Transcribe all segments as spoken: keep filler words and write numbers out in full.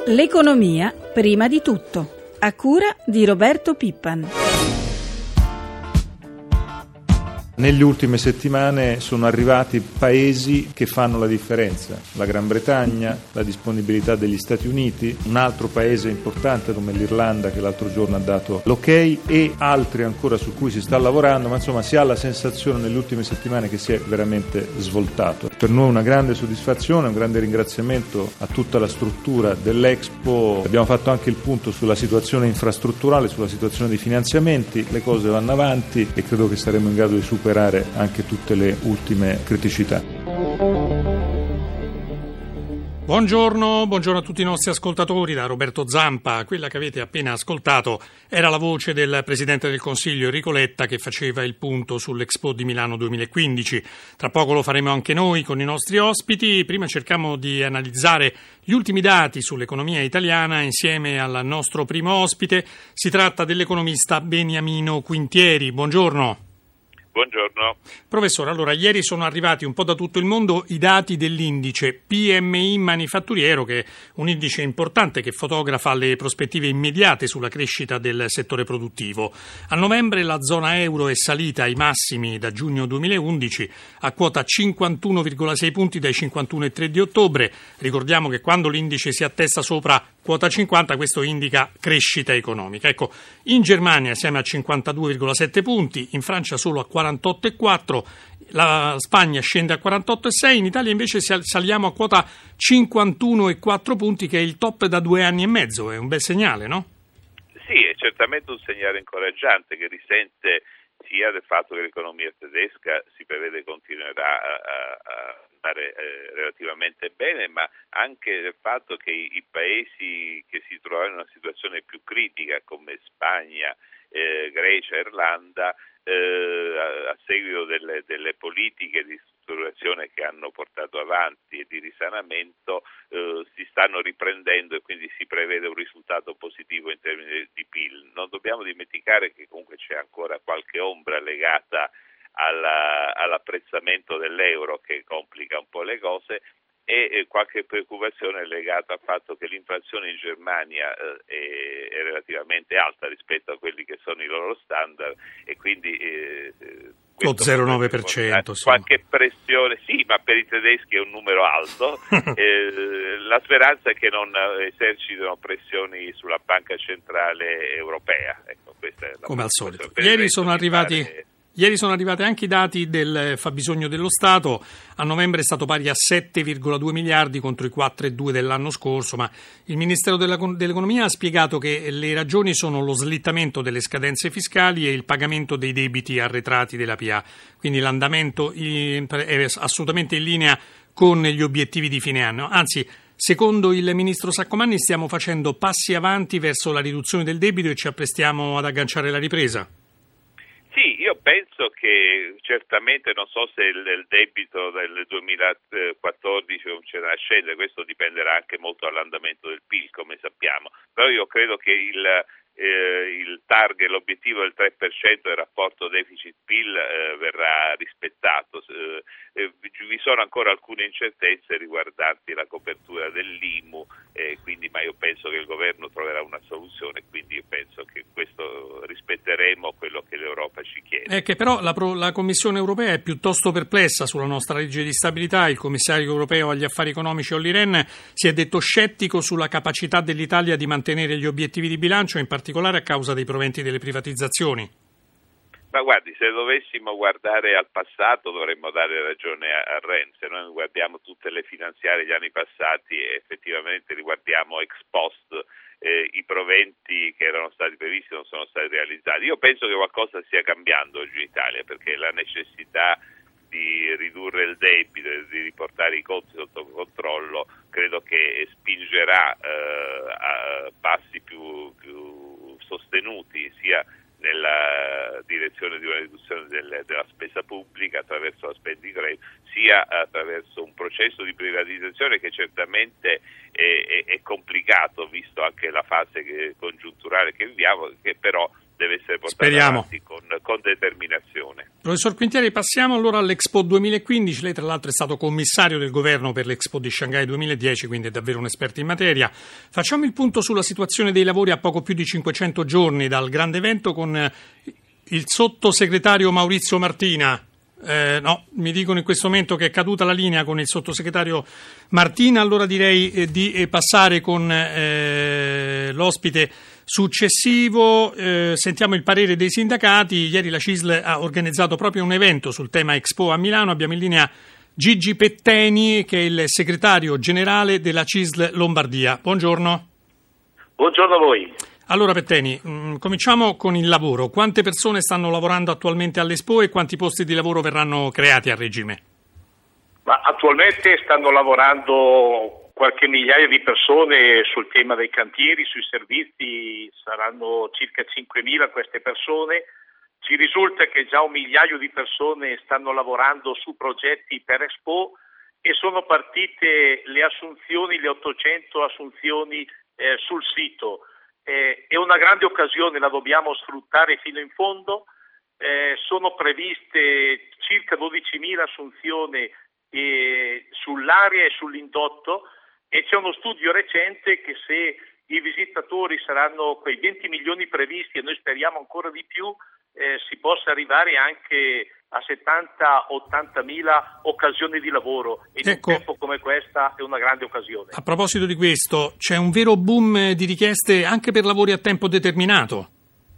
L'economia prima di tutto, a cura di Roberto Pippan. Nelle ultime settimane sono arrivati paesi che fanno la differenza: la Gran Bretagna, la disponibilità degli Stati Uniti, un altro paese importante come l'Irlanda che l'altro giorno ha dato l'ok e altri ancora su cui si sta lavorando, ma insomma si ha la sensazione nelle ultime settimane che si è veramente svoltato. Per noi una grande soddisfazione, un grande ringraziamento a tutta la struttura dell'Expo. Abbiamo fatto anche il punto sulla situazione infrastrutturale, sulla situazione dei finanziamenti, le cose vanno avanti e credo che saremo in grado di superare anche tutte le ultime criticità. Buongiorno, buongiorno a tutti i nostri ascoltatori da Roberto Zampa. Quella che avete appena ascoltato era la voce del Presidente del Consiglio Enrico Letta che faceva il punto sull'Expo di Milano duemilaquindici. Tra poco lo faremo anche noi con i nostri ospiti. Prima cerchiamo di analizzare gli ultimi dati sull'economia italiana insieme al nostro primo ospite. Si tratta dell'economista Beniamino Quintieri. Buongiorno. Buongiorno. Professore, allora ieri sono arrivati un po' da tutto il mondo i dati dell'indice P M I manifatturiero, che è un indice importante che fotografa le prospettive immediate sulla crescita del settore produttivo. A novembre la zona euro è salita ai massimi da giugno duemilaundici a quota cinquantuno virgola sei punti dai cinquantuno virgola tre di ottobre. Ricordiamo che quando l'indice si attesta sopra quota cinquanta questo indica crescita economica. Ecco, in Germania siamo a cinquantadue virgola sette punti, in Francia solo a quarantotto virgola quattro, la Spagna scende a quarantotto virgola sei, in Italia invece saliamo a quota cinquantuno virgola quattro punti, che è il top da due anni e mezzo. È un bel segnale, no? Sì, è certamente un segnale incoraggiante che risente sia del fatto che l'economia tedesca si prevede continuerà a, a, a andare eh, relativamente bene, ma anche del fatto che i, i paesi che si trovano in una situazione più critica come Spagna, eh, Grecia, Irlanda, eh, a, a seguito delle, delle politiche di strutturazione che hanno portato avanti e di risanamento eh, si stanno riprendendo e quindi si prevede un risultato positivo in termini di P I L. Non dobbiamo dimenticare che comunque c'è ancora qualche ombra legata alla, all'apprezzamento dell'euro che complica un po' le cose e eh, qualche preoccupazione legata al fatto che l'inflazione in Germania eh, è, è relativamente alta rispetto a quelli che sono i loro standard e quindi eh, lo zero virgola nove per cento sì. Qualche pressione, sì, ma per i tedeschi è un numero alto. eh, la speranza è che non esercitino pressioni sulla Banca Centrale Europea. Ecco, questa è la come al solito. Ieri sono arrivati fare... Ieri sono arrivati anche i dati del fabbisogno dello Stato. A novembre è stato pari a sette virgola due miliardi contro i quattro virgola due dell'anno scorso, ma il Ministero della, dell'Economia ha spiegato che le ragioni sono lo slittamento delle scadenze fiscali e il pagamento dei debiti arretrati della P A. Quindi l'andamento è assolutamente in linea con gli obiettivi di fine anno. Anzi, secondo il Ministro Saccomanni stiamo facendo passi avanti verso la riduzione del debito e ci apprestiamo ad agganciare la ripresa. Sì, io penso che certamente non so se il, il debito del duemilaquattordici comincerà a scendere, questo dipenderà anche molto dall'andamento del P I L, come sappiamo, però io credo che il, eh, il target, l'obiettivo del tre per cento del rapporto deficit-P I L eh, verrà rispettato. Eh, eh, vi sono ancora alcune incertezze riguardanti la copertura dell'I M U, eh, quindi, ma io penso che il governo troverà una soluzione, quindi io penso che questo rispetteremo quello che l'Europa ci chiede. È che però la, la Commissione europea è piuttosto perplessa sulla nostra legge di stabilità. Il commissario europeo agli affari economici Olli Rehn si è detto scettico sulla capacità dell'Italia di mantenere gli obiettivi di bilancio, in particolare a causa dei proventi delle privatizzazioni. Ma guardi, se dovessimo guardare al passato dovremmo dare ragione a, a Rehn. Se noi guardiamo tutte le finanziarie degli anni passati e effettivamente riguardiamo ex post eh, i proventi che erano stati previsti non sono stati realizzati. Io penso che qualcosa stia cambiando oggi in Italia, perché la necessità di ridurre il debito e di riportare i conti sotto controllo credo che spingerà eh, a passi più, più sostenuti sia nella direzione di una riduzione del, della spesa pubblica attraverso la spending rate, sia attraverso un processo di privatizzazione che certamente è, è, è complicato, visto anche la fase che, congiunturale che viviamo, che però deve essere portato Speriamo. avanti con, con determinazione. Professor Quintieri, passiamo allora all'Expo duemilaquindici. Lei tra l'altro è stato commissario del governo per l'Expo di Shanghai duemiladieci, quindi è davvero un esperto in materia. Facciamo il punto sulla situazione dei lavori a poco più di cinquecento giorni dal grande evento con il sottosegretario Maurizio Martina. Eh, no, mi dicono in questo momento che è caduta la linea con il sottosegretario Martina, allora direi eh, di eh, passare con eh, l'ospite successivo. Eh, sentiamo il parere dei sindacati. Ieri la C I S L ha organizzato proprio un evento sul tema Expo a Milano. Abbiamo in linea Gigi Petteni, che è il segretario generale della C I S L Lombardia. Buongiorno. Buongiorno a voi. Allora Petteni, mh, cominciamo con il lavoro. Quante persone stanno lavorando attualmente all'Expo e quanti posti di lavoro verranno creati a regime? Ma attualmente stanno lavorando qualche migliaia di persone sul tema dei cantieri, sui servizi, saranno circa cinquemila queste persone. Ci risulta che già un migliaio di persone stanno lavorando su progetti per Expo e sono partite le assunzioni, le ottocento assunzioni eh, sul sito. Eh, è una grande occasione, la dobbiamo sfruttare fino in fondo. Eh, sono previste circa dodicimila assunzioni eh, sull'area e sull'indotto e c'è uno studio recente che se i visitatori saranno quei venti milioni previsti e noi speriamo ancora di più, eh, si possa arrivare anche a settanta ottantamila occasioni di lavoro e in ecco, un tempo come questa è una grande occasione. A proposito di questo, c'è un vero boom di richieste anche per lavori a tempo determinato?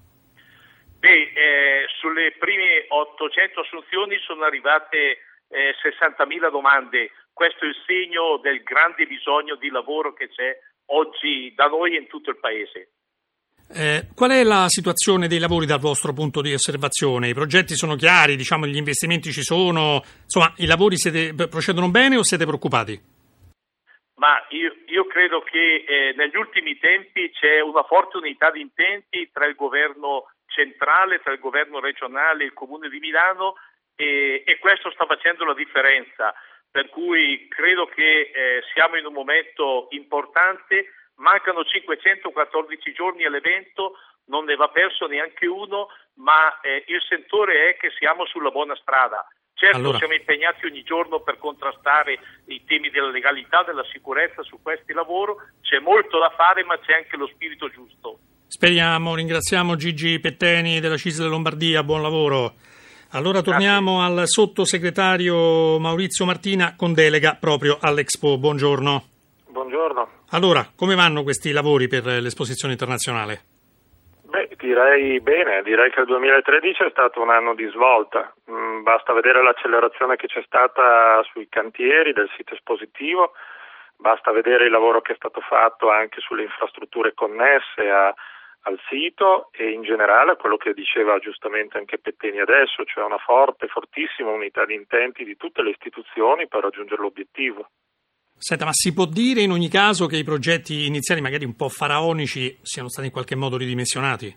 Beh, eh, sulle prime ottocento assunzioni sono arrivate eh, sessantamila domande. Questo è il segno del grande bisogno di lavoro che c'è oggi da noi e in tutto il paese. Eh, qual è la situazione dei lavori dal vostro punto di osservazione? I progetti sono chiari, diciamo, gli investimenti ci sono, insomma, i lavori siete, procedono bene o siete preoccupati? Ma io, io credo che eh, negli ultimi tempi c'è una forte unità di intenti tra il governo centrale, tra il governo regionale e il Comune di Milano e, e questo sta facendo la differenza, per cui credo che eh, siamo in un momento importante. Mancano cinquecentoquattordici giorni all'evento, non ne va perso neanche uno, ma eh, il sentore è che siamo sulla buona strada. Certo, allora, siamo impegnati ogni giorno per contrastare i temi della legalità, della sicurezza su questi lavori, c'è molto da fare ma c'è anche lo spirito giusto. Speriamo, ringraziamo Gigi Petteni della C I S L Lombardia, buon lavoro. Allora torniamo Grazie. Al sottosegretario Maurizio Martina con delega proprio all'Expo, buongiorno. Buongiorno. Allora, come vanno questi lavori per l'esposizione internazionale? Beh, direi bene, direi che il duemilatredici è stato un anno di svolta, mm, basta vedere l'accelerazione che c'è stata sui cantieri del sito espositivo, basta vedere il lavoro che è stato fatto anche sulle infrastrutture connesse a, al sito e in generale quello che diceva giustamente anche Petteni adesso, cioè una forte, fortissima unità di intenti di tutte le istituzioni per raggiungere l'obiettivo. Senta, ma si può dire in ogni caso che i progetti iniziali, magari un po' faraonici, siano stati in qualche modo ridimensionati?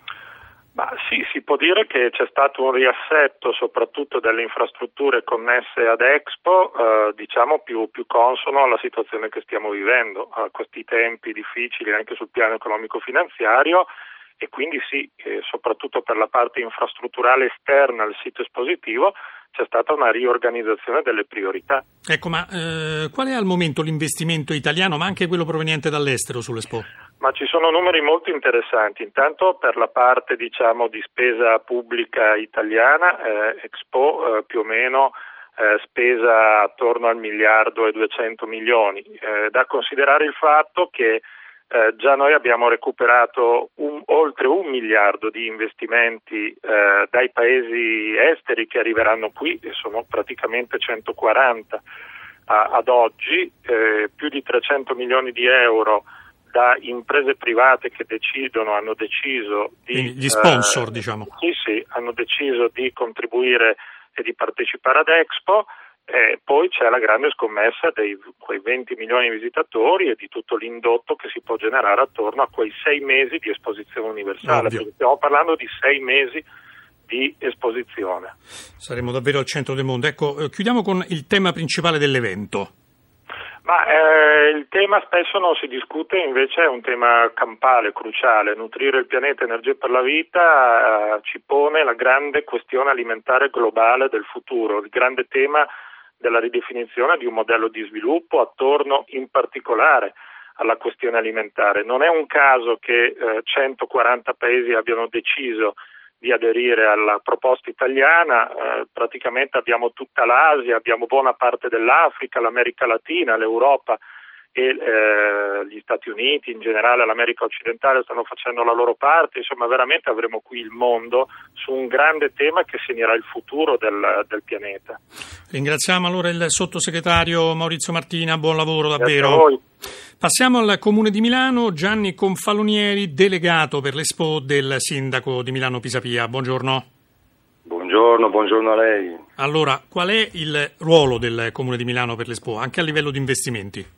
Ma sì, si può dire che c'è stato un riassetto soprattutto delle infrastrutture connesse ad Expo, eh, diciamo più, più consono alla situazione che stiamo vivendo, a questi tempi difficili anche sul piano economico-finanziario e quindi sì, eh, soprattutto per la parte infrastrutturale esterna al sito espositivo c'è stata una riorganizzazione delle priorità. Ecco, ma eh, qual è al momento l'investimento italiano, ma anche quello proveniente dall'estero sull'Expo? Ma ci sono numeri molto interessanti. Intanto per la parte diciamo di spesa pubblica italiana, eh, Expo eh, più o meno eh, spesa attorno al miliardo e duecento milioni. Eh, da considerare il fatto che Eh, già noi abbiamo recuperato un, oltre un miliardo di investimenti eh, dai paesi esteri che arriveranno qui, e sono praticamente centoquaranta a, ad oggi, eh, più di trecento milioni di euro da imprese private che decidono, hanno deciso di... Quindi gli sponsor, eh, diciamo. Sì, sì, hanno deciso di contribuire e di partecipare ad Expo. E poi c'è la grande scommessa dei quei venti milioni di visitatori e di tutto l'indotto che si può generare attorno a quei sei mesi di esposizione universale. Perché stiamo parlando di sei mesi di esposizione. Saremo davvero al centro del mondo. Ecco, chiudiamo con il tema principale dell'evento. Ma eh, il tema spesso non si discute, invece è un tema campale, cruciale. Nutrire il pianeta energia per la vita eh, ci pone la grande questione alimentare globale del futuro, il grande tema della ridefinizione di un modello di sviluppo attorno in particolare alla questione alimentare. Non è un caso che eh, centoquaranta paesi abbiano deciso di aderire alla proposta italiana, eh, praticamente abbiamo tutta l'Asia, abbiamo buona parte dell'Africa, l'America Latina, l'Europa e eh, gli Stati Uniti, in generale l'America occidentale stanno facendo la loro parte, insomma veramente avremo qui il mondo su un grande tema che segnerà il futuro del, del pianeta. Ringraziamo allora il sottosegretario Maurizio Martina, buon lavoro davvero. Grazie a voi. Passiamo al Comune di Milano, Gianni Confalonieri, delegato per l'Expo del sindaco di Milano Pisapia. Buongiorno. Buongiorno, buongiorno a lei. Allora, qual è il ruolo del Comune di Milano per l'Expo, anche a livello di investimenti?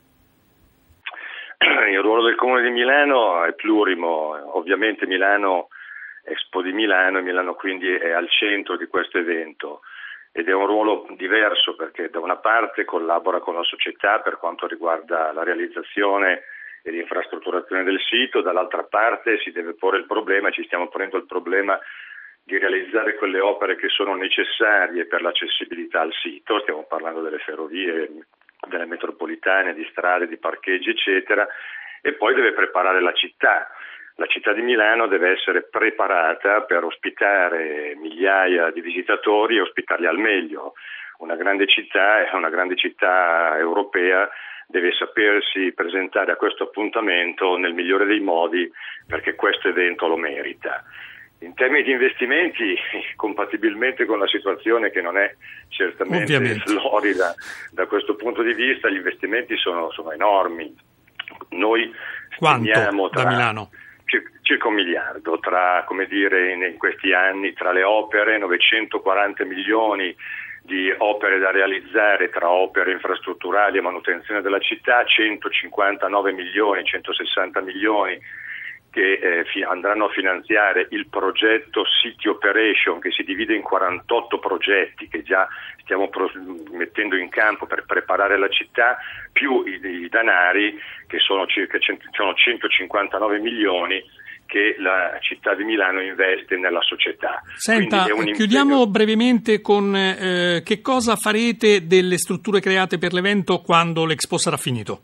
Il ruolo del Comune di Milano è plurimo, ovviamente Milano, Expo di Milano, e Milano quindi è al centro di questo evento. Ed è un ruolo diverso perché da una parte collabora con la società per quanto riguarda la realizzazione e l'infrastrutturazione del sito, dall'altra parte si deve porre il problema, ci stiamo ponendo il problema di realizzare quelle opere che sono necessarie per l'accessibilità al sito, stiamo parlando delle ferrovie, delle metropolitane, di strade, di parcheggi eccetera, e poi deve preparare la città. La città di Milano deve essere preparata per ospitare migliaia di visitatori e ospitarli al meglio. Una grande città, una grande città europea, deve sapersi presentare a questo appuntamento nel migliore dei modi perché questo evento lo merita. In termini di investimenti, compatibilmente con la situazione che non è certamente Ovviamente. florida da questo punto di vista, gli investimenti sono, sono enormi. Noi Quanto tra... da Milano? Circa un miliardo tra, come dire, in, in questi anni, tra le opere, novecentoquaranta milioni di opere da realizzare tra opere infrastrutturali e manutenzione della città, centocinquantanove milioni, centosessanta milioni che eh, fi- andranno a finanziare il progetto City Operation, che si divide in quarantotto progetti che già stiamo pro- mettendo in campo per preparare la città, più i, i danari che sono circa cento, sono centocinquantanove milioni che la città di Milano investe nella società. Senta, chiudiamo impegno... brevemente con eh, che cosa farete delle strutture create per l'evento quando l'Expo sarà finito?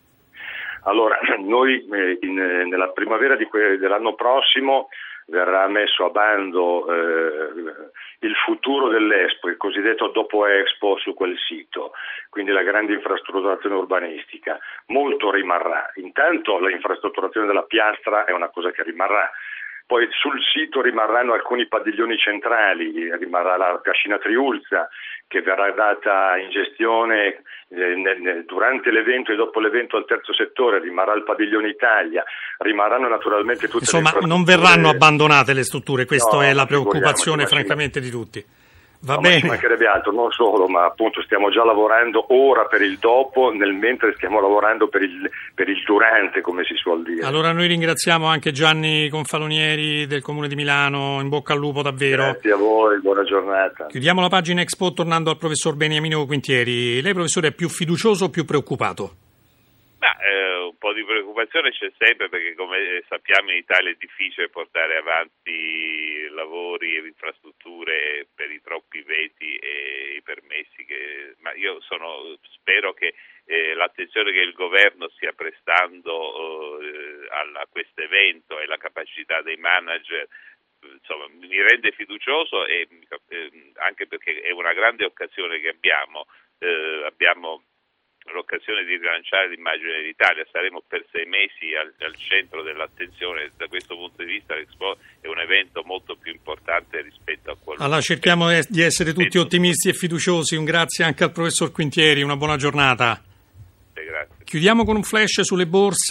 Allora, noi eh, in, nella primavera di que- dell'anno prossimo verrà messo a bando eh, il futuro dell'Expo, il cosiddetto dopo Expo su quel sito, quindi la grande infrastrutturazione urbanistica. Molto rimarrà. Intanto l'infrastrutturazione della piastra è una cosa che rimarrà. Poi sul sito rimarranno alcuni padiglioni centrali, rimarrà la Cascina Triulza che verrà data in gestione eh, nel, nel, durante l'evento e dopo l'evento al terzo settore, rimarrà il padiglione Italia, rimarranno naturalmente tutte Insomma, le non verranno abbandonate le strutture, questa no, è la preoccupazione francamente di tutti. Va no, bene. Ma ci mancherebbe altro, non solo, ma appunto stiamo già lavorando ora per il dopo, nel mentre stiamo lavorando per il, per il durante, come si suol dire. Allora noi ringraziamo anche Gianni Confalonieri del Comune di Milano, in bocca al lupo davvero. Grazie a voi, buona giornata. Chiudiamo la pagina Expo tornando al professor Beniamino Quintieri. Lei professore è più fiducioso o più preoccupato? Ma, eh, un po' di preoccupazione c'è sempre perché come sappiamo in Italia è difficile portare avanti lavori e infrastrutture per i troppi veti e i permessi che, ma io sono, spero che eh, l'attenzione che il governo stia prestando eh, a questo evento e la capacità dei manager insomma mi rende fiducioso e eh, anche perché è una grande occasione che abbiamo eh, abbiamo l'occasione di rilanciare l'immagine d'Italia, saremo per sei mesi al, al centro dell'attenzione. Da questo punto di vista l'Expo è un evento molto più importante rispetto a quello. Allora cerchiamo di essere tutti ottimisti e fiduciosi. Un grazie anche al professor Quintieri, una buona giornata. Grazie. Chiudiamo con un flash sulle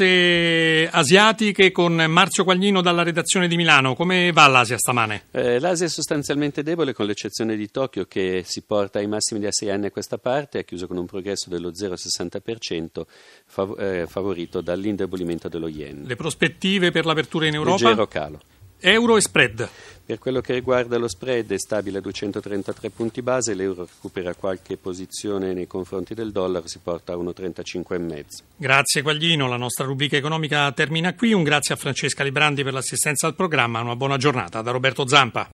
borse asiatiche con Marzio Quaglino dalla redazione di Milano. Come va l'Asia stamane? Eh, L'Asia è sostanzialmente debole con l'eccezione di Tokyo che si porta ai massimi da sei anni a questa parte, ha chiuso con un progresso dello zero virgola sessanta per cento fav- eh, favorito dall'indebolimento dello yen. Le prospettive per l'apertura in Europa? Leggero calo. Euro e spread. Per quello che riguarda lo spread è stabile a duecentotrentatré punti base, l'euro recupera qualche posizione nei confronti del dollaro, si porta a uno virgola trentacinque e mezzo. Grazie Quaglino, la nostra rubrica economica termina qui. Un grazie a Francesca Librandi per l'assistenza al programma, una buona giornata da Roberto Zampa.